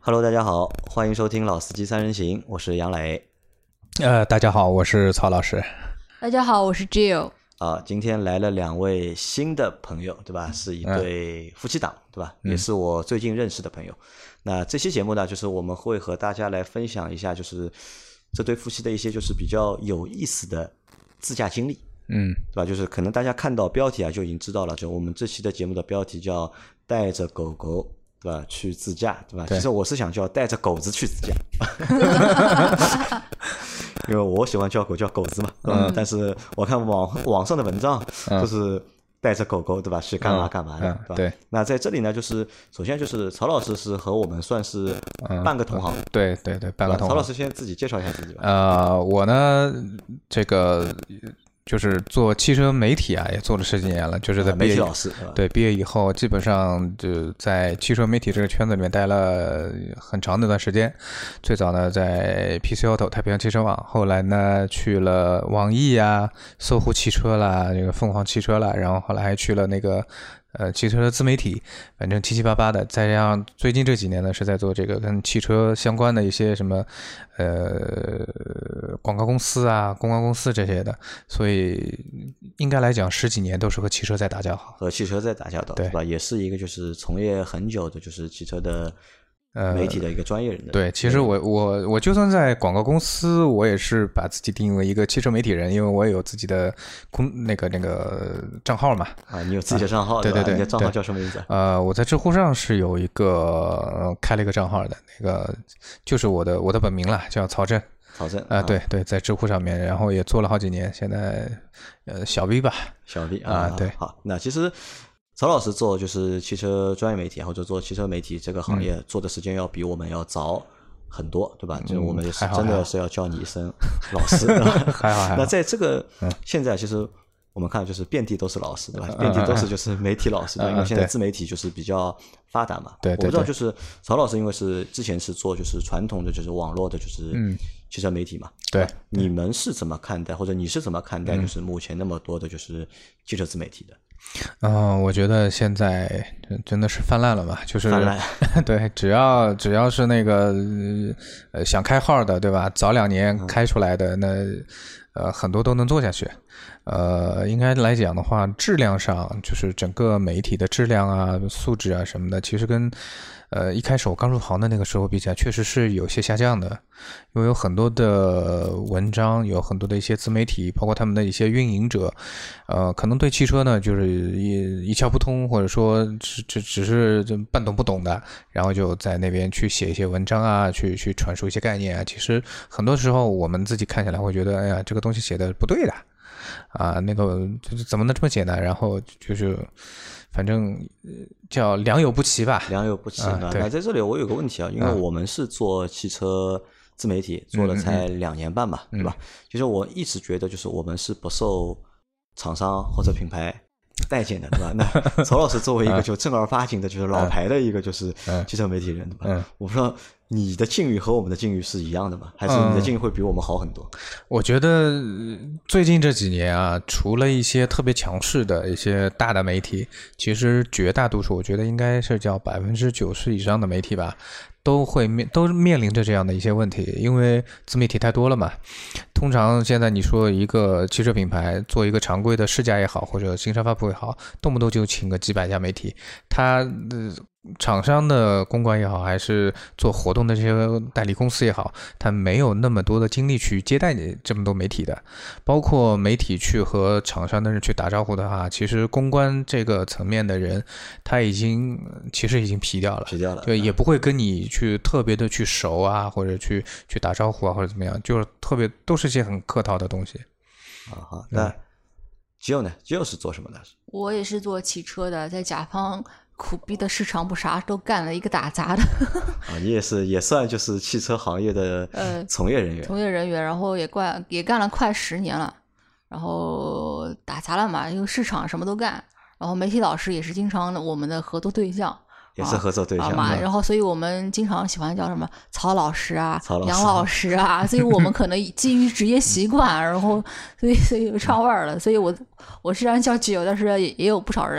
Hello，大家好，欢迎收听老司机三人行，我是杨磊。 大家好，我是曹老师。 大家好，我是 Jill。 今天来了两位新的朋友，对吧？是一对夫妻档，对吧？也是我最近认识的朋友。那这期节目呢，就是我们会和大家来分享一下，就是这对夫妻的一些就是比较有意思的自驾经历，对吧？就是可能大家看到标题啊就已经知道了，就我们这期的节目的标题叫带着狗狗，对吧？去自驾，对吧？其实我是想叫带着狗子去自驾。因为我喜欢叫狗叫狗子嘛，但是我看网上的文章就是带着狗狗，对吧？去干嘛干嘛的，对吧？ 对。 那在这里呢，就是首先就是曹老师是和我们算是半个同行， 对，半个同行。 曹老师先自己介绍一下自己吧。 我呢，这个就是做汽车媒体啊，也做了10几年了，就是在媒体老师。 对，毕业以后基本上就在汽车媒体这个圈子里面待了很长的一段时间。最早呢在 PC Auto 太平洋汽车网，后来呢去了网易啊、搜狐汽车啦、这个凤凰汽车啦，然后后来还去了那个汽车的自媒体，反正七七八八的。再加上最近这几年呢，是在做这个跟汽车相关的一些什么广告公司啊、公关公司这些的，所以应该来讲10几年都是和汽车在打交道， 和汽车在打交道，对吧？也是一个就是从业很久的，就是汽车的媒体的一个专业人的。 对，其实我就算在广告公司，我也是把自己定义为一个汽车媒体人，因为我也有自己的那个账号嘛。 你有自己的账号？ 对， 你的账号叫什么名字？ 我在知乎上是有一个开了一个账号的，那个就是我的本名了，叫曹震。对，在知乎上面，然后也做了好几年，现在小 V 吧。 小 V 对。 好，那其实曹老师做就是汽车专业媒体或者做汽车媒体这个行业做的时间要比我们要早很多，对吧？就我们是真的是要叫你一声老师。 还好。 那在这个现在其实我们看就是遍地都是老师，对吧？遍地都是就是媒体老师，因为现在自媒体就是比较发达嘛。 对。 我不知道就是曹老师因为是之前是做就是传统的就是网络的就是汽车媒体嘛。 对。 你们是怎么看待或者你是怎么看待就是目前那么多的就是汽车自媒体的？ 我觉得现在真的是泛滥了吧，就是泛滥。 对，只要是那个想开号的，对吧？早2年开出来的，那很多都能做下去。应该来讲的话，质量上就是整个媒体的质量啊、素质啊什么的，其实跟一开始我刚入行的那个时候比起来，确实是有些下降的。因为有很多的文章，有很多的一些自媒体，包括他们的一些运营者，可能对汽车呢就是一窍不通，或者说只是半懂不懂的，然后就在那边去写一些文章啊，去传输一些概念啊。其实很多时候我们自己看起来会觉得，哎呀，这个东西写的不对的啊，那个怎么能这么写呢？然后就是反正叫良莠不齐吧。 良莠不齐。那在这里我有个问题啊，因为我们是做汽车自媒体做了才2年半吧，对吧？其实我一直觉得就是我们是不受厂商或者品牌待见的，对吧？那曹老师作为一个就正儿八经的就是老牌的一个就是汽车媒体人，对吧？我不知道你的境遇和我们的境遇是一样的吗？还是你的境遇会比我们好很多？ 我觉得最近这几年啊，除了一些特别强势的一些大的媒体，其实绝大多数我觉得应该是叫90%以上的媒体吧，都面临着这样的一些问题，因为自媒体太多了嘛。通常现在你说一个汽车品牌做一个常规的试驾也好，或者新车发布也好，动不动就请个几百家媒体，它厂商的公关也好，还是做活动的这些代理公司也好，他没有那么多的精力去接待你这么多媒体的。包括媒体去和厂商的人去打招呼的话，其实公关这个层面的人，他其实已经疲掉了，对，也不会跟你去特别的去熟啊，或者去打招呼啊，或者怎么样，就是特别都是一些很客套的东西。 好，那Jill呢？Jill是做什么的？ 我也是做汽车的，在甲方苦逼的市场部啥都干了一个打杂的。 你也算就是汽车行业的从业人员， 然后也干了快10年了，然后打杂了嘛，因为市场什么都干，然后媒体老师也是经常我们的合作对象。 也是合作对象嘛，然后所以我们经常喜欢叫什么曹老师啊、杨老师啊，所以我们可能基于职业习惯，然后所以有串味儿了。所以我虽然叫Jill，但是也有不少人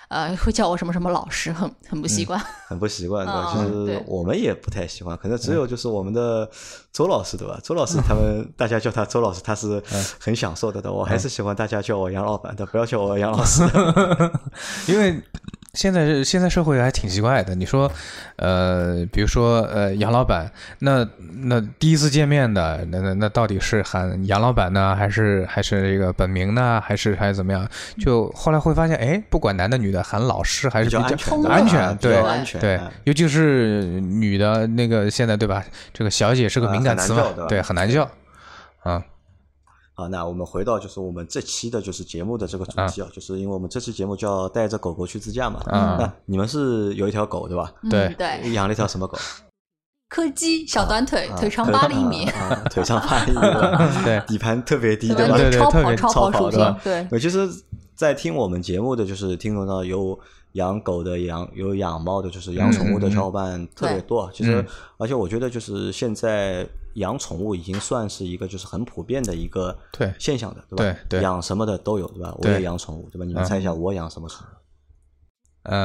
会叫我什么什么老师，很不习惯。 很不习惯，对吧？ 嗯就是我们也不太习惯，可能只有就是我们的周老师，对吧？周老师他们大家叫他周老师，他是很享受的，我还是喜欢大家叫我杨老板的，不要叫我杨老师。 因为现在社会还挺奇怪的。你说，比如说杨老板，那第一次见面的，那到底是喊杨老板呢，还是这个本名呢，还是怎么样？就后来会发现，哎，不管男的女的，喊老师还是比较安全，对安全， 对，尤其是女的那个现在对吧？这个小姐是个敏感词嘛，对，很难叫啊。 好，那我们回到就是我们这期的就是节目的这个主题啊，就是因为我们这期节目叫带着狗狗去自驾嘛。那你们是有一条狗对吧？ 对对， 养了一条什么狗？ 柯基，小短腿，腿长8厘米， 腿长8厘米， 对， 底盘特别低，对吧？ 对， 超跑属性，对。 其实，在听我们节目的就是听众呢，有养狗的，有养猫的，就是养宠物的小伙伴特别多。其实，而且我觉得就是现在养宠物已经算是一个就是很普遍的一个现象的，对吧？ 对， 养什么的都有，对吧？我也养宠物，对吧？你们猜一下我养什么宠物？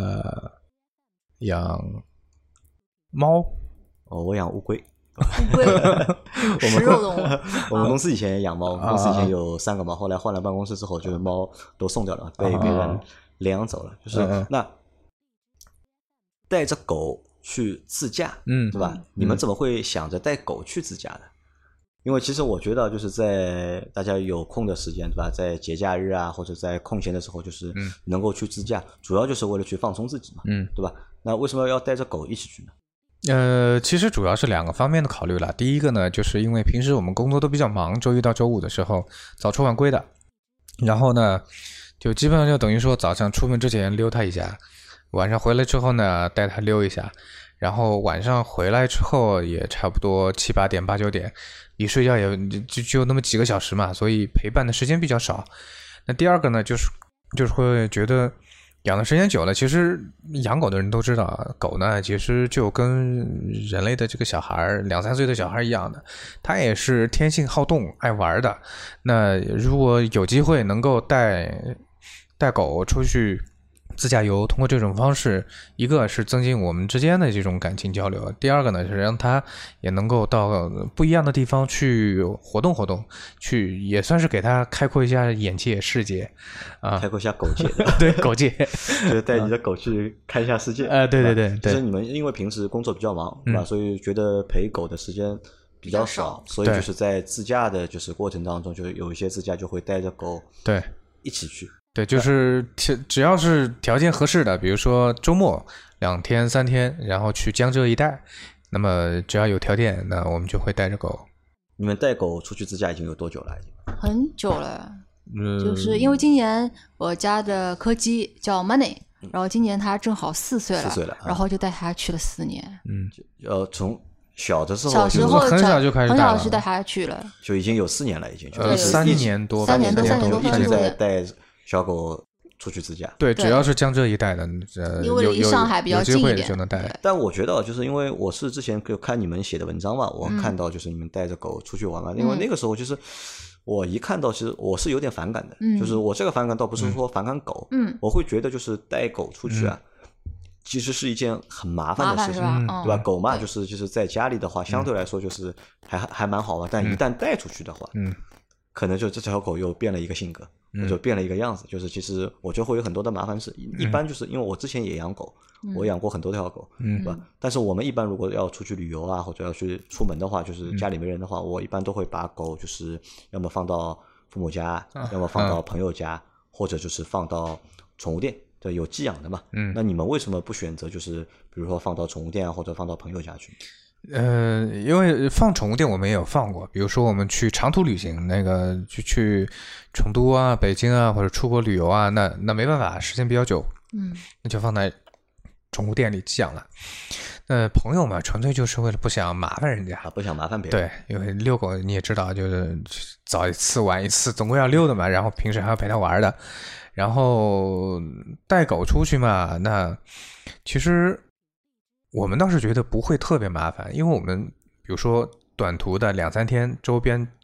养猫。 我养乌龟。 乌龟，食肉动物。 我们公司以前也养猫，公司以前有3个猫，后来换了办公室之后，就是猫都送掉了，被别人领养走了。就是那带着狗去自驾，对吧？你们怎么会想着带狗去自驾的？因为其实我觉得就是在大家有空的时间，对吧？在节假日啊，或者在空闲的时候，就是能够去自驾，主要就是为了去放松自己嘛，对吧？那为什么要带着狗一起去呢？ 其实主要是2个方面的考虑了。第一个呢，就是因为平时我们工作都比较忙，周一到周五的时候早出晚归的，然后呢，就基本上就等于说早上出门之前溜它一下，晚上回来之后呢带它溜一下，然后晚上回来之后也差不多7、8点、8、9点，离睡觉也就那么几个小时嘛，所以陪伴的时间比较少。那第二个呢，就是会觉得养的时间久了，其实养狗的人都知道，狗呢其实就跟人类的这个小孩2、3岁的小孩一样的，它也是天性好动爱玩的。那如果有机会能够带狗出去自驾游，通过这种方式，一个是增进我们之间的这种感情交流，第二个呢是让它也能够到不一样的地方去活动活动，去也算是给它开阔一下眼界世界啊， 开阔一下狗界， 对狗界， 就是带你的狗去看一下世界。 对， 就是你们因为平时工作比较忙，对吧？所以觉得陪狗的时间比较少，所以就是在自驾的就是过程当中，就是有一些自驾就会带着狗对一起去。 对，就是只要是条件合适的，比如说周末2天3天，然后去江浙一带，那么只要有条件，那我们就会带着狗。 你们带狗出去自驾已经有多久了？已经很久了，就是因为今年我家的柯基叫 Money，然后今年他正好4岁了，然后就带他去了4年。 从小的时候， 小时候很小就开始很小是带他去了， 就已经有4年了，已经就 3年多一直在带小狗出去自驾。 对，只要是江浙一带的， 因为离上海比较近一点就能带。 但我觉得就是因为我是之前有看你们写的文章嘛，我看到就是你们带着狗出去玩嘛，因为那个时候就是我一看到，其实我是有点反感的，就是我这个反感倒不是说反感狗，我会觉得就是带狗出去啊，其实是一件很麻烦的事情，对吧？狗嘛，就是在家里的话，相对来说就是还蛮好玩，但一旦带出去的话，可能就这条狗又变了一个性格，就变了一个样子，就是其实我觉得会有很多的麻烦事。一般就是因为我之前也养狗，我养过很多条狗，对吧？但是我们一般如果要出去旅游啊，或者要去出门的话，就是家里没人的话，我一般都会把狗就是要么放到父母家，要么放到朋友家，或者就是放到宠物店。对，有寄养的嘛。那你们为什么不选择就是比如说放到宠物店啊，或者放到朋友家去？ 因为放宠物店我们也有放过，比如说我们去长途旅行，那个去成都啊、北京啊，或者出国旅游啊，那没办法，时间比较久，那就放在宠物店里寄养了。朋友嘛，纯粹就是为了不想麻烦人家， 不想麻烦别人。 对，因为遛狗你也知道，就是早一次晚一次，总归要遛的嘛，然后平时还要陪它玩的。然后带狗出去嘛，那其实我们倒是觉得不会特别麻烦，因为我们比如说短途的2、3天，周边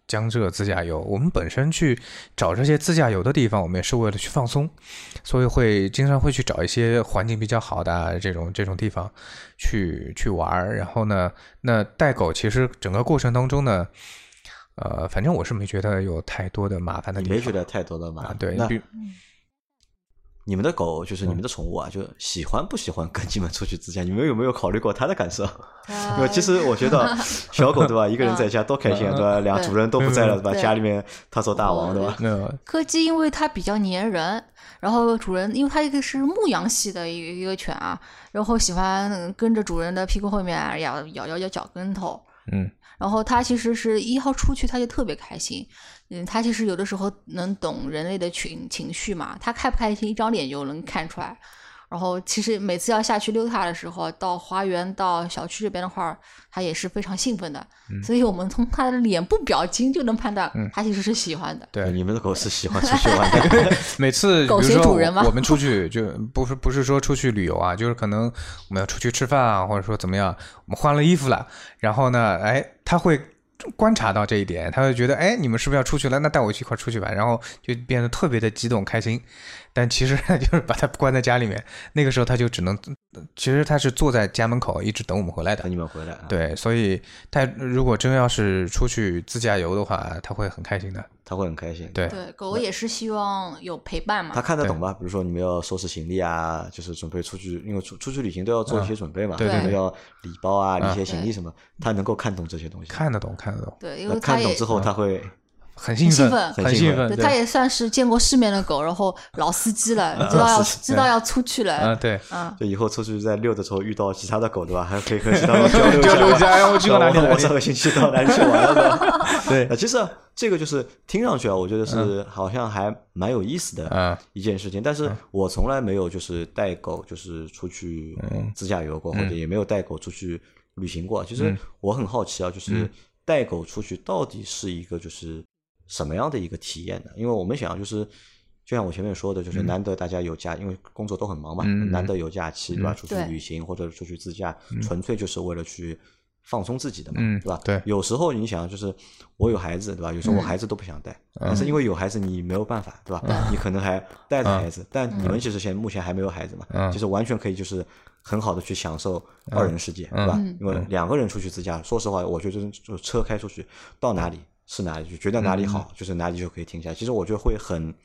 江浙自驾游。我们本身去找这些自驾游的地方，我们也是为了去放松，所以经常会去找一些环境比较好的这种地方去玩。然后呢，那带狗其实整个过程当中呢，反正我是没觉得有太多的麻烦的地方。 你没觉得太多的麻烦？ 对， 那你们的狗就是你们的宠物啊，就喜欢不喜欢跟你们出去自驾？你们有没有考虑过它的感受？因为其实我觉得小狗对吧，一个人在家多开心啊，对吧？两主人都不在了对吧？家里面它做大王对吧？ 柯基因为它比较粘人，然后主人因为它一个是牧羊系的一个犬啊，然后喜欢跟着主人的屁股后面咬脚跟头，然后它其实是一号出去它就特别开心。他其实有的时候能懂人类的情绪嘛，他开不开心一张脸就能看出来。然后其实每次要下去溜达的时候，到花园到小区这边的话，他也是非常兴奋的。所以我们从他的脸部表情就能判断他其实是喜欢的。 对， 你们的狗是喜欢出去玩的。 每次狗随主人吗？ 我们出去就不是说出去旅游啊，就是可能我们要出去吃饭啊，或者说怎么样，我们换了衣服了，然后呢，他会观察到这一点，他会觉得你们是不是要出去了，那带我一块出去玩，然后就变得特别的激动开心。但其实就是把他关在家里面，那个时候他就只能，其实他是坐在家门口一直等我们回来的， 等你们回来。 对，所以他如果真要是出去自驾游的话，他会很开心的。 他会很开心。 对，狗也是希望有陪伴嘛。 他看得懂吧？比如说你们要收拾行李啊，就是准备出去，因为出去旅行都要做一些准备嘛， 对， 要理包啊、理一些行李什么，他能够看懂这些东西。 看得懂。 对，因为看懂之后他会很兴奋。 对，他也算是见过世面的狗，然后老司机了，知道要出去了。 对， 就以后出去在遛的时候遇到其他的狗，对吧？还可以和其他狗交流一下。 我去过哪里？ 我这个星期到哪里去玩了？对，其实这个就是听上去啊，我觉得是好像还蛮有意思的一件事情。但是我从来没有就是带狗就是出去自驾游过，或者也没有带狗出去旅行过。其实我很好奇啊，就是带狗出去到底是一个就是什么样的一个体验呢？因为我们想就是就像我前面说的，就是难得大家有假，因为工作都很忙嘛，难得有假期对吧？出去旅行或者出去自驾，纯粹就是为了去放松自己的嘛，对吧？ 对。 有时候你想就是我有孩子对吧？有时候我孩子都不想带，但是因为有孩子你没有办法对吧？你可能还带着孩子，但你们其实目前还没有孩子嘛，其实完全可以就是很好的去享受二人世界，对吧？因为两个人出去自驾，说实话，我觉得就车开出去到哪里是哪里，就觉得哪里好，就是哪里就可以停下来。其实我觉得会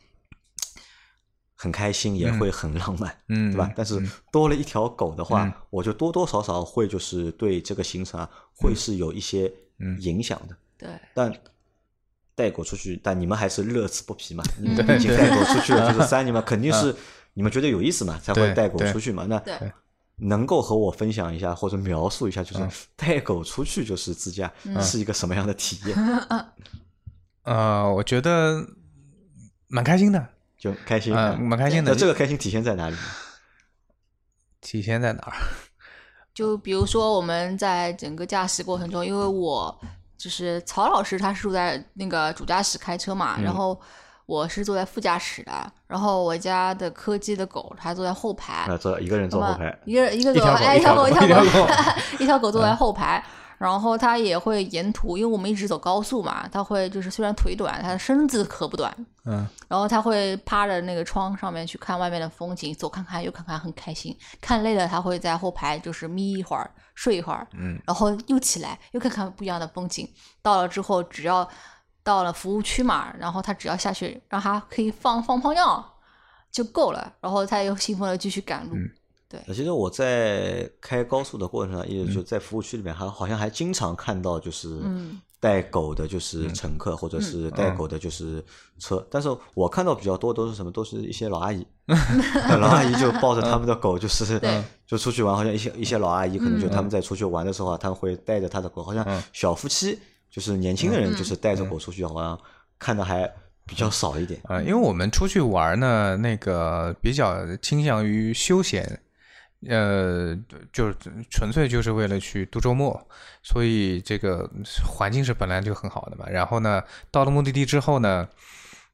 很开心，也会很浪漫，对吧？但是多了一条狗的话，我就多多少少会就是对这个行程啊，会是有一些影响的。 对， 但带狗出去，但你们还是乐此不疲嘛。你们毕竟带狗出去了，就是你们肯定是你们觉得有意思嘛，才会带狗出去嘛。那能够和我分享一下或者描述一下，就是带狗出去就是自驾是一个什么样的体验？ 我觉得蛮开心的。 就开心， 蛮开心的。 那这个开心体现在哪里？ 体现在哪儿？ 就比如说我们在整个驾驶过程中，因为我就是曹老师，他是住在那个主驾驶开车嘛，然后我是坐在副驾驶的，然后我家的柯基的狗它坐在后排， 一个人坐后排， 一个狗，一条狗坐在后排。然后它也会沿途，因为我们一直走高速嘛，它会就是虽然腿短，它的身子可不短，然后它会趴着那个窗上面去看外面的风景，左看看右看看，很开心。看累了，它会在后排就是眯一会儿，睡一会儿，然后又起来，又看看不一样的风景。到了之后，只要到了服务区嘛，然后它只要下去，让它可以放泡尿就够了，然后它又兴奋的继续赶路。对， 其实我在开高速的过程中，也就在服务区里面，好像还经常看到就是带狗的，就是乘客或者是带狗的，就是车。但是我看到比较多都是什么，都是一些老阿姨，老阿姨就抱着他们的狗，就是就出去玩。好像一些老阿姨可能就他们在出去玩的时候啊，他们会带着他的狗。好像小夫妻就是年轻的人，就是带着狗出去，好像看的还比较少一点。 因为我们出去玩呢，那个比较倾向于休闲。就是纯粹就是为了去度周末，所以这个环境是本来就很好的嘛。然后呢，到了目的地之后呢，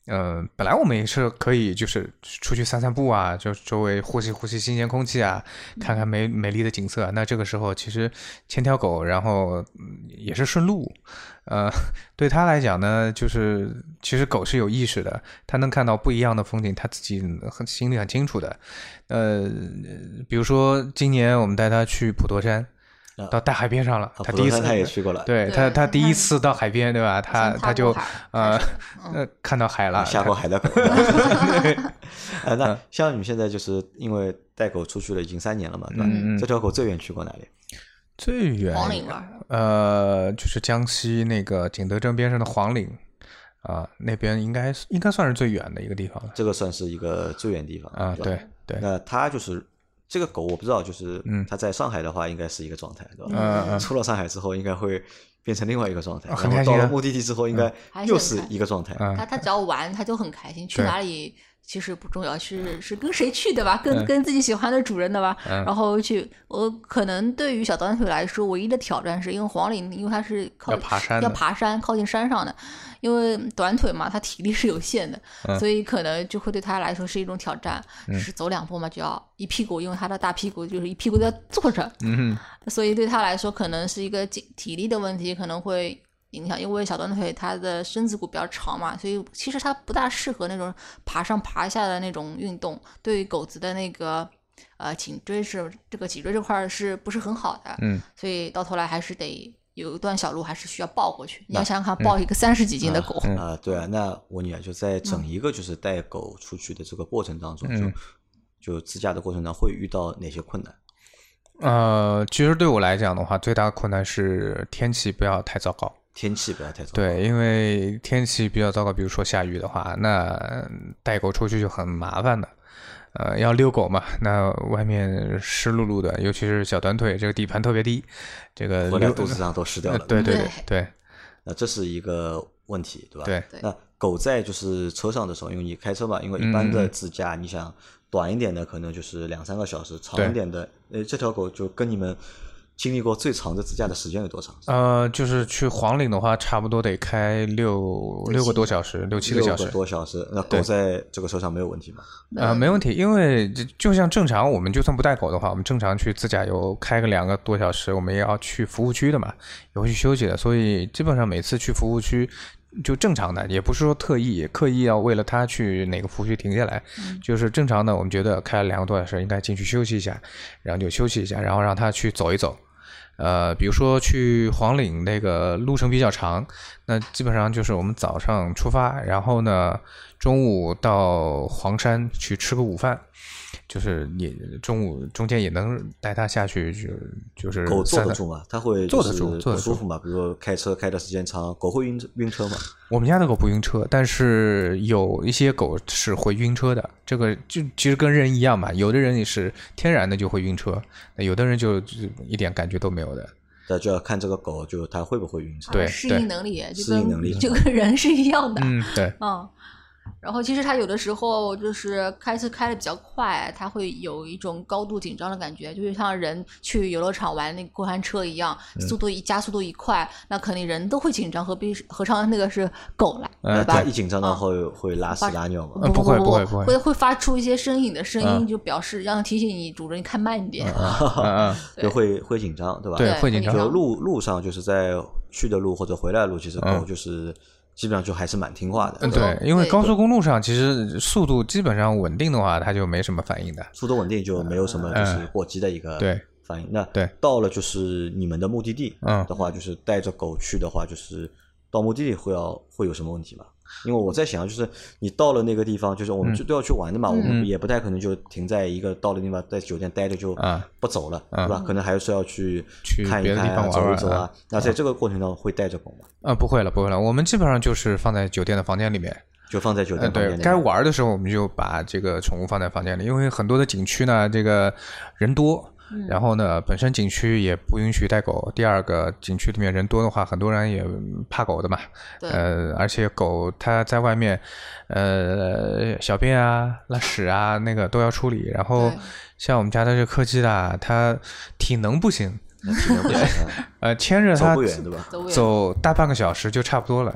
本来我们也是可以就是出去散散步啊，就周围呼吸呼吸新鲜空气啊，看看美丽的景色。那这个时候其实牵条狗，然后也是顺路。对他来讲呢，就是其实狗是有意识的，它能看到不一样的风景，它自己心里很清楚的。比如说今年我们带它去普陀山。到大海边上了，他第一次他也去过了， 对他第一次到海边，对吧？他就看到海了， 下过海的狗。那像你们现在就是因为带狗出去了已经3年了嘛，对吧？这条狗最远去过哪里？ 最远黄岭吧， 就是江西那个景德镇边上的黄岭啊，那边应该算是最远的一个地方了。 这个算是一个最远地方啊，对。 那它就是这个狗，我不知道，就是它在上海的话应该是一个状态，对吧？出了上海之后应该会变成另外一个状态，然后到了目的地之后应该又是一个状态。 他只要玩他就很开心，去哪里其实不重要，是跟谁去的吧，跟自己喜欢的主人的吧。然后我可能对于小短腿来说，唯一的挑战是因为黄岭，因为它是要爬山，靠近山上的。因为短腿嘛，他体力是有限的，所以可能就会对他来说是一种挑战。是走2步嘛，就要一屁股，因为他的大屁股就是一屁股都要坐着，所以对他来说可能是一个体力的问题，可能会影响。因为小短腿他的身子骨比较长嘛，所以其实他不大适合那种爬上爬下的那种运动，对于狗子的那个颈椎这块是不是很好的？所以到头来还是得有一段小路还是需要抱过去。你要想想看，抱一个30几斤的狗对啊。那我问你啊，就在整一个就是带狗出去的这个过程当中，就自驾的过程当中会遇到哪些困难？ 其实对我来讲的话，最大的困难是天气不要太糟糕。 天气不要太糟糕。 对，因为天气比较糟糕，比如说下雨的话，那带狗出去就很麻烦的。要遛狗嘛，那外面湿漉漉的，尤其是小短腿，这个底盘特别低，这个回来肚子上都湿掉了。 对。 那这是一个问题，对吧？ 对。 那狗在就是车上的时候，因为你开车嘛，因为一般的自驾，你想短一点的可能就是2-3个小时，长一点的，这条狗就跟你们经历过最长的自驾的时间有多长？ 就是去黄岭的话，差不多得开6个多小时，6-7个小时。6个多小时，那狗在这个车上没有问题吗？ 没问题，因为就像正常，我们就算不带狗的话，我们正常去自驾游开个2个多小时，我们也要去服务区的嘛，也会去休息的，所以基本上每次去服务区就正常的，也不是说刻意要为了它去哪个服务区停下来，就是正常的，我们觉得开了2个多小时应该进去休息一下，然后就休息一下，然后让它去走一走。比如说去黄岭那个路程比较长，那基本上就是我们早上出发，然后呢中午到黄山去吃个午饭，就是你中午中间也能带它下去，就是狗坐得住吗？它会坐得住不舒服吗？比如说开车开的时间长，狗会晕车吗？ 我们家的狗不晕车，但是有一些狗是会晕车的，这个就其实跟人一样嘛，有的人也是天然的就会晕车，有的人就一点感觉都没有的。 那就要看这个狗就它会不会晕车。 对， 适应能力就跟人是一样的。 对。 然后其实他有的时候就是开车开的比较快，他会有一种高度紧张的感觉，就是像人去游乐场玩那个过山车一样，加速度一快，那肯定人都会紧张，何尝那个是狗了，对吧？ 它一紧张然后会拉屎拉尿吗？ 不会发出一些声音的声音，就表示让提醒你主人看慢一点。 就会紧张，对吧？ 对，会紧张。 就路上就是在去的路或者回来的路，其实狗就是基本上就还是蛮听话的。 对，因为高速公路上其实速度基本上稳定的话，它就没什么反应的。 速度稳定就没有什么就是过激的一个反应。那到了就是你们的目的地的话，就是带着狗去的话，就是到目的地会有什么问题吗？因为我在想，就是你到了那个地方，就是我们都要去玩的嘛，我们也不太可能就停在一个到了地方，在酒店待着就不走了，对吧？可能还是要去看一看、走一走啊。那在这个过程中会带着狗吗？ 不会了，我们基本上就是放在酒店的房间里面。 就放在酒店房间里面。 对，该玩的时候我们就把这个宠物放在房间里，因为很多的景区呢，这个人多。然后呢，本身景区也不允许带狗。第二个，景区里面人多的话，很多人也怕狗的嘛。而且狗它在外面，小便啊、拉屎啊，那个都要处理。然后像我们家的这柯基啦，它体能不行， 牵着它走不远对吧？ 走大半个小时就差不多了。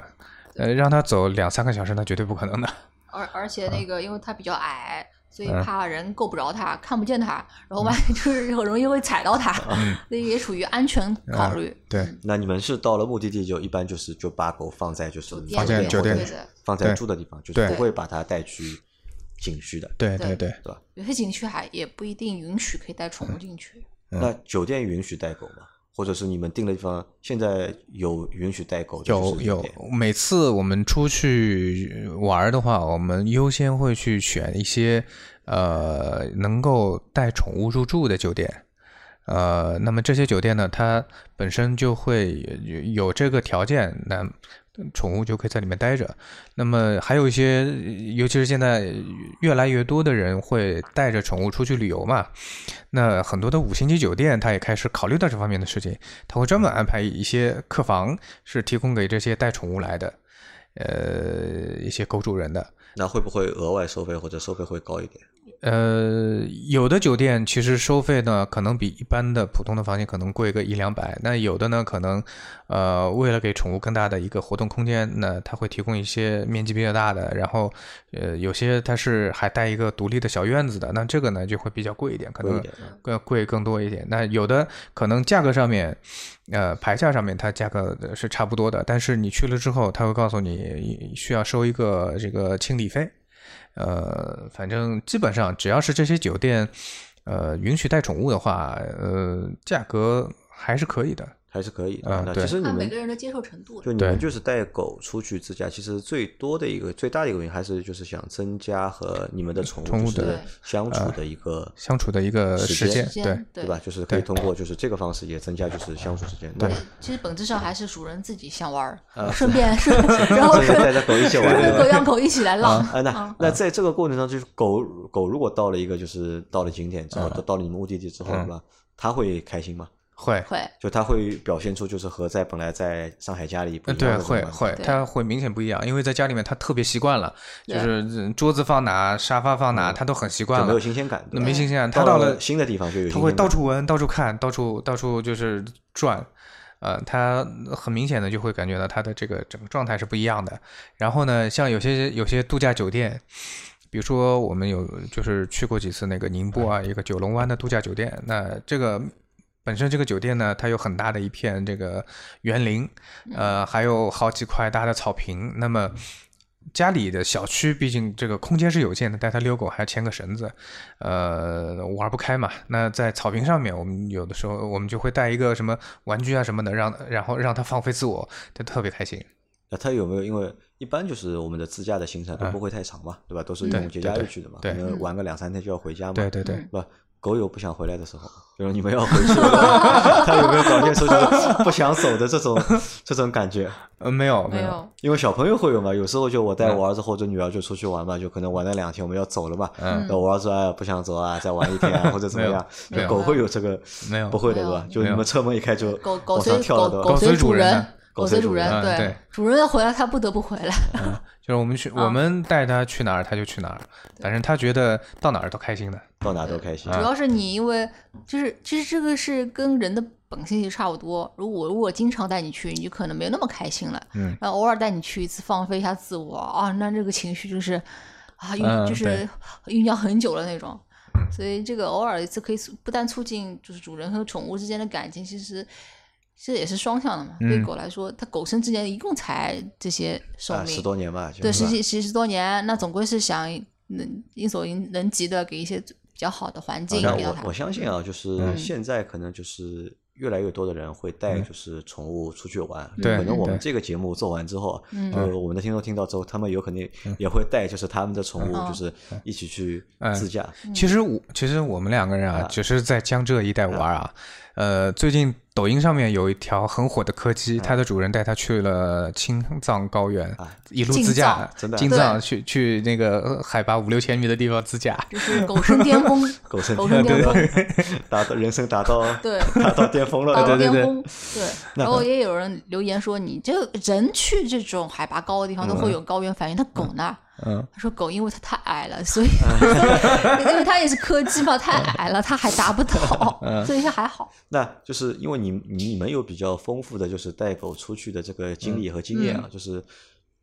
让它走2-3个小时那绝对不可能的。 而且那个因为它比较矮，所以怕人够不着它，看不见它，然后万一就是很容易会踩到它，所以也属于安全考虑。 对， 那你们是到了目的地就一般就把狗放在就是放在酒店， 放在住的地方，就是不会把它带去景区的。 对， 对吧？ 有些景区也不一定允许可以带宠物进去。 那酒店允许带狗吗？或者是你们订的地方现在有允许带狗的？ 有，每次我们出去玩的话，我们优先会去选一些能够带宠物入住的酒店。那么这些酒店呢，它本身就会有这个条件，那宠物就可以在里面待着。那么还有一些，尤其是现在越来越多的人会带着宠物出去旅游嘛，那很多的5星级酒店它也开始考虑到这方面的事情，它会专门安排一些客房是提供给这些带宠物来的一些狗主人的。 那会不会额外收费，或者收费会高一点？ 有的酒店其实收费呢，可能比一般的普通的房间可能贵个100-200。那有的呢，可能为了给宠物更大的一个活动空间，那它会提供一些面积比较大的，然后有些它是还带一个独立的小院子的，那这个呢就会比较贵一点，可能贵更多一点。那有的可能价格上面牌价上面它价格是差不多的，但是你去了之后，它会告诉你需要收一个这个清理费。反正基本上只要是这些酒店允许带宠物的话，价格还是可以的。 还是可以的。那其实你们看每个人的接受程度。 就你们就是带狗出去自驾，其实最大的一个原因还是就是想增加和你们的宠物就是相处的一个时间， 对吧？就是可以通过就是这个方式也增加就是相处时间。 对，其实本质上还是主人自己想玩，顺便然后带着狗一起玩， 狗让狗一起来浪。 那在这个过程中，就是狗如果到了一个就是到了景点之后，到了你们目的地之后，对吧？它会开心吗？ 会， 就他会表现出就是和本来在上海家里不一样的。 对，会，他会明显不一样，因为在家里面他特别习惯了，就是桌子放哪，沙发放哪，他都很习惯了， 就没有新鲜感。 没新鲜感，他到了新的地方就有新鲜感， 他会到处闻、到处看、到处就是转，他很明显的就会感觉到他的这个整个状态是不一样的。然后呢，像有些度假酒店。比如说我们就是去过几次那个宁波啊，一个九龙湾的度假酒店，那这个本身这个酒店呢，它有很大的一片这个园林，还有好几块大的草坪。那么家里的小区毕竟这个空间是有限的，带它遛狗还要牵个绳子，玩不开嘛。那在草坪上面，我们有的时候我们就会带一个什么玩具啊什么的，然后让它放飞自我，它特别开心。 那他有没有因为一般就是我们的自驾的行程都不会太长嘛，对吧？都是用节假日去的嘛，可能玩个2-3天就要回家嘛， 对， 吧？狗有不想回来的时候，就是你们要回去了，他有没有表现出就是不想走的这种感觉？ 没有， 因为小朋友会有嘛，有时候就我带我儿子或者女儿就出去玩嘛，就可能玩了2天我们要走了嘛，那我儿子不想走啊，再玩1天啊或者怎么样，狗会有这个没有？ 不会的对吧？就你们车门一开就狗随主人。狗随主人，对，主人要回来，他不得不回来。 就是我们带他去哪儿，他就去哪儿，反正他觉得到哪儿都开心的， 到哪儿都开心。 主要是你，因为就是其实这个是跟人的本性就差不多。如果经常带你去，你就可能没有那么开心了。然后偶尔带你去一次，放飞一下自我啊，那这个情绪就是就是酝酿很久了那种。所以这个偶尔一次可以不但促进就是主人和宠物之间的感情，其实这也是双向的嘛。对狗来说，它狗生之年一共才这些寿命 10多年吧， 对，10多年，那总归是想应所能及的给一些比较好的环境给到它。 我相信啊，就是现在可能就是越来越多的人会带就是宠物出去玩，可能我们这个节目做完之后，就我们的听众听到之后，他们有可能也会带就是他们的宠物就是一起去自驾。 其实我们2个人啊，只是在江浙一带玩啊。最近抖音上面有一条很火的柯基，它的主人带它去了青藏高原，一路自驾，青藏去那个海拔5-6千米的地方自驾， 就是狗生巅峰， 狗生巅峰，人生达到巅峰了， 对。然后也有人留言说，你这个人去这种海拔高的地方都会有高原反应，那狗呢？他说狗因为它太矮了，所以因为它也是柯基嘛，太矮了，它还达不到，所以还好。 那就是因为你们有比较丰富的就是带狗出去的这个经历和经验啊，就是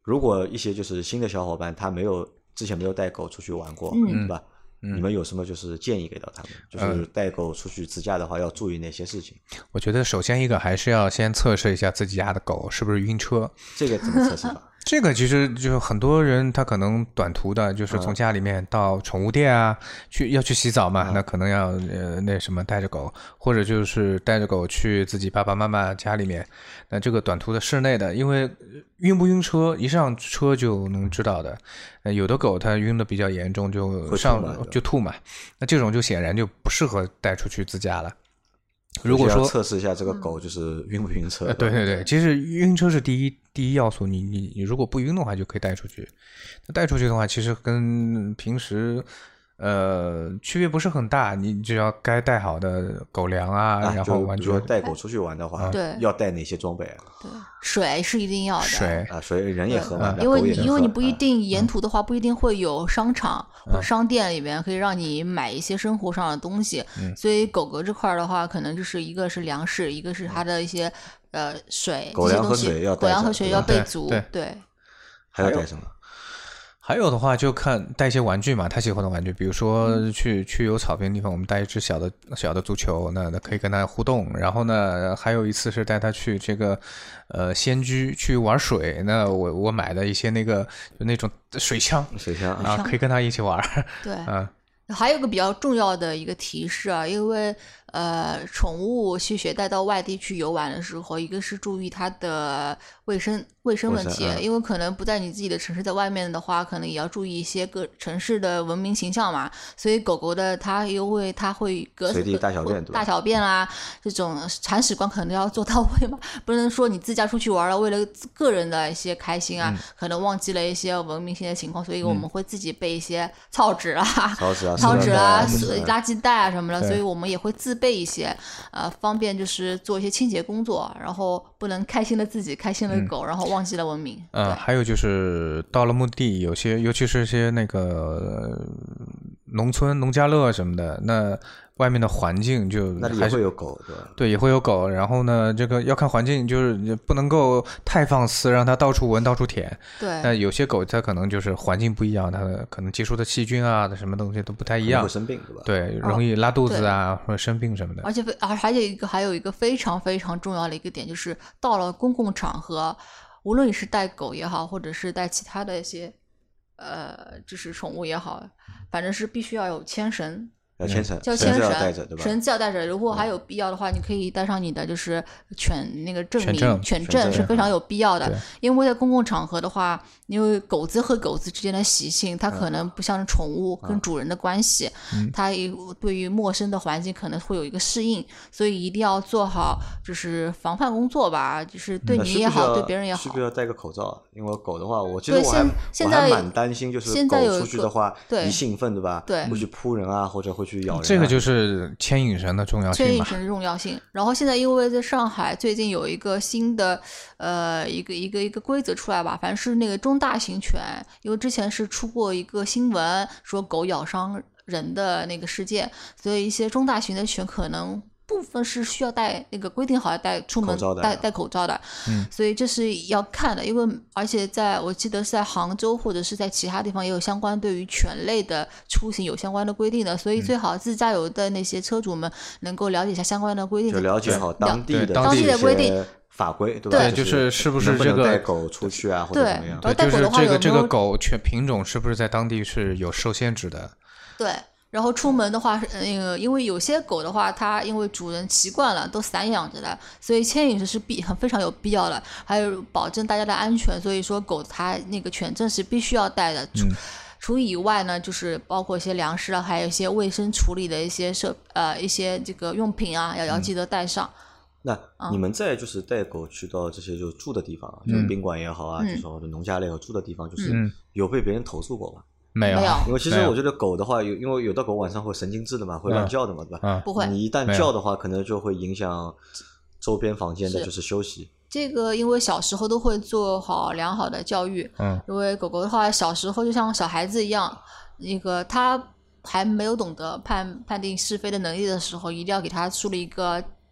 如果一些就是新的小伙伴他之前没有带狗出去玩过，对吧？你们有什么就是建议给到他们？就是带狗出去自驾的话，要注意哪些事情？ 我觉得首先一个还是要先测试一下自己家的狗是不是晕车。 这个怎么测试法？ 这个其实就是很多人他可能短途的，就是从家里面到宠物店啊，要去洗澡嘛，那可能要那什么带着狗，或者就是带着狗去自己爸爸妈妈家里面。那这个短途的室内的，因为晕不晕车，一上车就能知道的。有的狗它晕的比较严重，就吐嘛，那这种就显然就不适合带出去自驾了。如果说要测试一下这个狗就是晕不晕车， 对对对，其实晕车是第一要素，你如果不晕的话就可以带出去。那带出去的话，其实跟平时区别不是很大，你只要该带好的狗粮啊，然后玩具。 比如说带狗出去玩的话，要带哪些装备啊？ 对，水是一定要的。 水人也喝嘛， 因为你不一定沿途的话，不一定会有商场或者商店里面可以让你买一些生活上的东西，所以狗狗这块的话，可能就是一个是粮食，一个是它的一些水， 狗粮和水要带着， 狗粮和水要备足，对。 还要带什么？ 还有的话就看带一些玩具嘛，他喜欢的玩具，比如说去有草坪的地方，我们带一只小的足球，那可以跟他互动。然后呢，还有一次是带他去这个仙居去玩水，那我买的一些那种水枪啊，可以跟他一起玩。 对，还有个比较重要的一个提示啊，因为宠物去携带到外地去游玩的时候，一个是注意它的卫生问题，因为可能不在你自己的城市，在外面的话，可能也要注意一些各城市的文明形象嘛。所以狗狗的它会随地大小便，对吧？ 大小便啦，这种铲屎官可能要做到位嘛，不能说你自驾出去玩了，为了个人的一些开心啊，可能忘记了一些文明性的情况，所以我们会自己备一些草纸啊、垃圾袋啊什么的，所以我们也会自备一些，方便就是做一些清洁工作，然后不能开心的自己，开心的狗，然后忘记了文明。 还有就是到了目的地，尤其是一些那个农村农家乐什么的，那外面的环境就那里也会有狗，对吧？ 对，也会有狗。然后呢，这个要看环境，就是不能够太放肆，让它到处闻、到处舔。 对。 那有些狗它可能就是环境不一样，它可能接触的细菌啊、什么东西都不太一样， 会生病，对吧？ 对，容易拉肚子啊，或者生病什么的。 而且还有一个非常非常重要的一个点，就是到了公共场合，无论你是带狗也好，或者是带其他的一些就是宠物也好，反正是必须要有牵绳。 要牵绳， 叫牵绳， 绳子要带着。如果还有必要的话，你可以带上你的就是那个证明，犬证是非常有必要的。因为在公共场合的话，因为狗子和狗子之间的习性，它可能不像宠物跟主人的关系，它对于陌生的环境可能会有一个适应，所以一定要做好就是防范工作吧，就是对你也好，对别人也好。 需不需要戴个口罩？因为狗的话，我其实我还蛮担心，就是狗出去的话，一兴奋，对吧？ 对， 会去扑人啊，或者会去咬人。 这个就是牵引绳的重要性。 牵引绳的重要性。然后现在因为在上海最近有一个新的一个规则出来吧，反正是那个中大型犬，因为之前是出过一个新闻说狗咬伤人的那个事件，所以一些中大型的犬可能部分是需要带那个规定好要带出门戴口罩的，所以这是要看的，因为而且我记得是在杭州或者是在其他地方也有相关对于犬类的出行有相关的规定的，所以最好自驾游的那些车主们能够了解一下相关的规定， 就了解好当地的规定。 法规对吧？ 对，就是不是这个带狗出去啊，或者怎么样？ 对，就是这个狗犬品种是不是在当地是有受限制的？ 对。然后出门的话，因为有些狗的话，它因为主人习惯了都散养着的，所以牵引是非常有必要的，还有保证大家的安全。所以说狗它那个犬证是必须要带的。除以外呢，就是包括一些粮食啊，还有一些卫生处理的一些一些这个用品啊，要记得带上。 那你们在就是带狗去到这些就住的地方，就是宾馆也好啊，就是或者农家乐和住的地方，就是有被别人投诉过吗？ 没有， 因为其实我觉得狗的话，因为有的狗晚上会神经质的嘛，会乱叫的嘛，对吧？ 不会， 你一旦叫的话，可能就会影响周边房间的就是休息。 这个因为小时候都会做好良好的教育，因为狗狗的话，小时候就像小孩子一样，那个它还没有懂得判定是非的能力的时候，一定要给它树立一个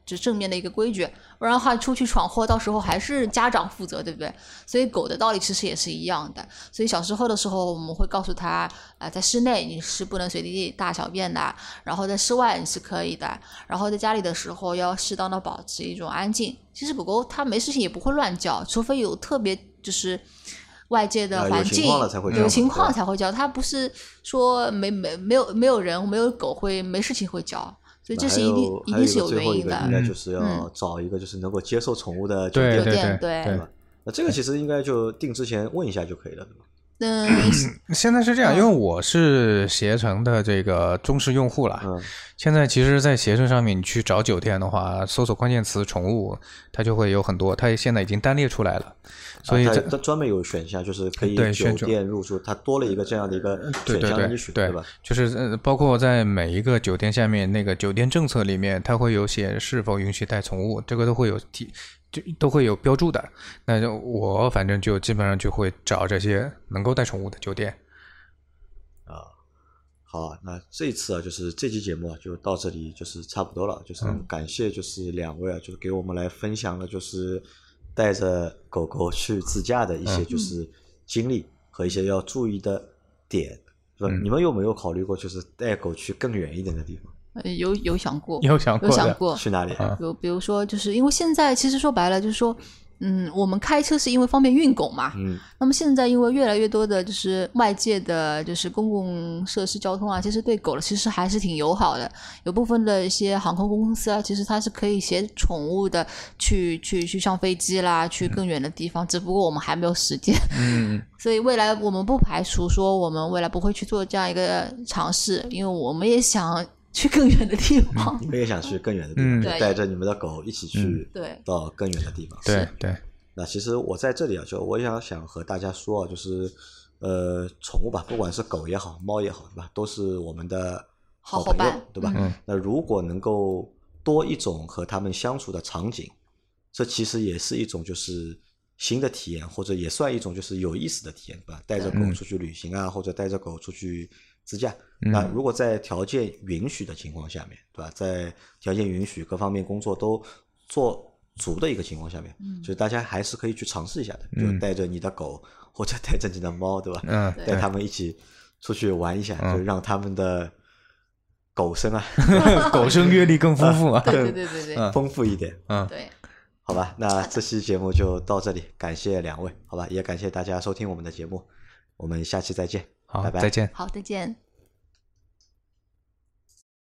就正面的一个规矩，不然的话出去闯祸，到时候还是家长负责，对不对？所以狗的道理其实也是一样的。所以小时候的时候，我们会告诉他，在室内你是不能随地大小便的，然后在室外你是可以的，然后在家里的时候要适当的保持一种安静。其实狗狗它没事情也不会乱叫，除非有特别就是外界的环境有情况才会叫，它不是说没有人没有狗会没事情会叫。所以这是一定是有原因的。 应该就是要找一个就是能够接受宠物的酒店， 对吧？那这个其实应该就定之前问一下就可以了，对吧？ 现在是这样，因为我是携程的这个忠实用户了。现在其实在携程上面你去找酒店的话，搜索关键词宠物，它就会有很多，它现在已经单列出来了。所以它专门有选项，就是可以酒店入住，它多了一个这样的一个选项让你选，对吧？ 就是包括在每一个酒店下面那个酒店政策里面，它会有写是否允许带宠物，这个都会有都会有标注的。那就我反正就基本上就会找这些能够带宠物的酒店。 好，那这一次啊，就是这期节目啊，就到这里就是差不多了。就是感谢就是两位啊，就是给我们来分享了就是带着狗狗去自驾的一些就是经历和一些要注意的点，是吧？你们有没有考虑过就是带狗去更远一点的地方？ 有想过， 有想过去哪里？ 比如说，就是因为现在其实说白了，就是说，我们开车是因为方便运狗嘛。那么现在因为越来越多的就是外界的就是公共设施交通啊，其实对狗其实还是挺友好的。有部分的一些航空公司啊，其实它是可以携宠物的去上飞机啦，去更远的地方。只不过我们还没有时间。所以未来我们不排除说我们未来不会去做这样一个尝试，因为我们也想去更远的地方。 你们也想去更远的地方，就带着你们的狗一起去到更远的地方。 对。 那其实我在这里啊，就我也想和大家说啊，就是宠物吧，不管是狗也好，猫也好，对吧，都是我们的好朋友，对吧？那如果能够多一种和他们相处的场景，这其实也是一种就是新的体验，或者也算一种就是有意思的体验，对吧？带着狗出去旅行啊，或者带着狗出去自驾。那如果在条件允许的情况下面，对吧？在条件允许各方面工作都做足的一个情况下面，就是大家还是可以去尝试一下的，就带着你的狗或者带着你的猫，对吧？带他们一起出去玩一下，就让他们的狗生啊， 狗生阅历更丰富啊， 对， 丰富一点。 对， 好吧，那这期节目就到这里，感谢两位，好吧，也感谢大家收听我们的节目，我们下期再见， 好， 拜拜， 再见， 好，再见。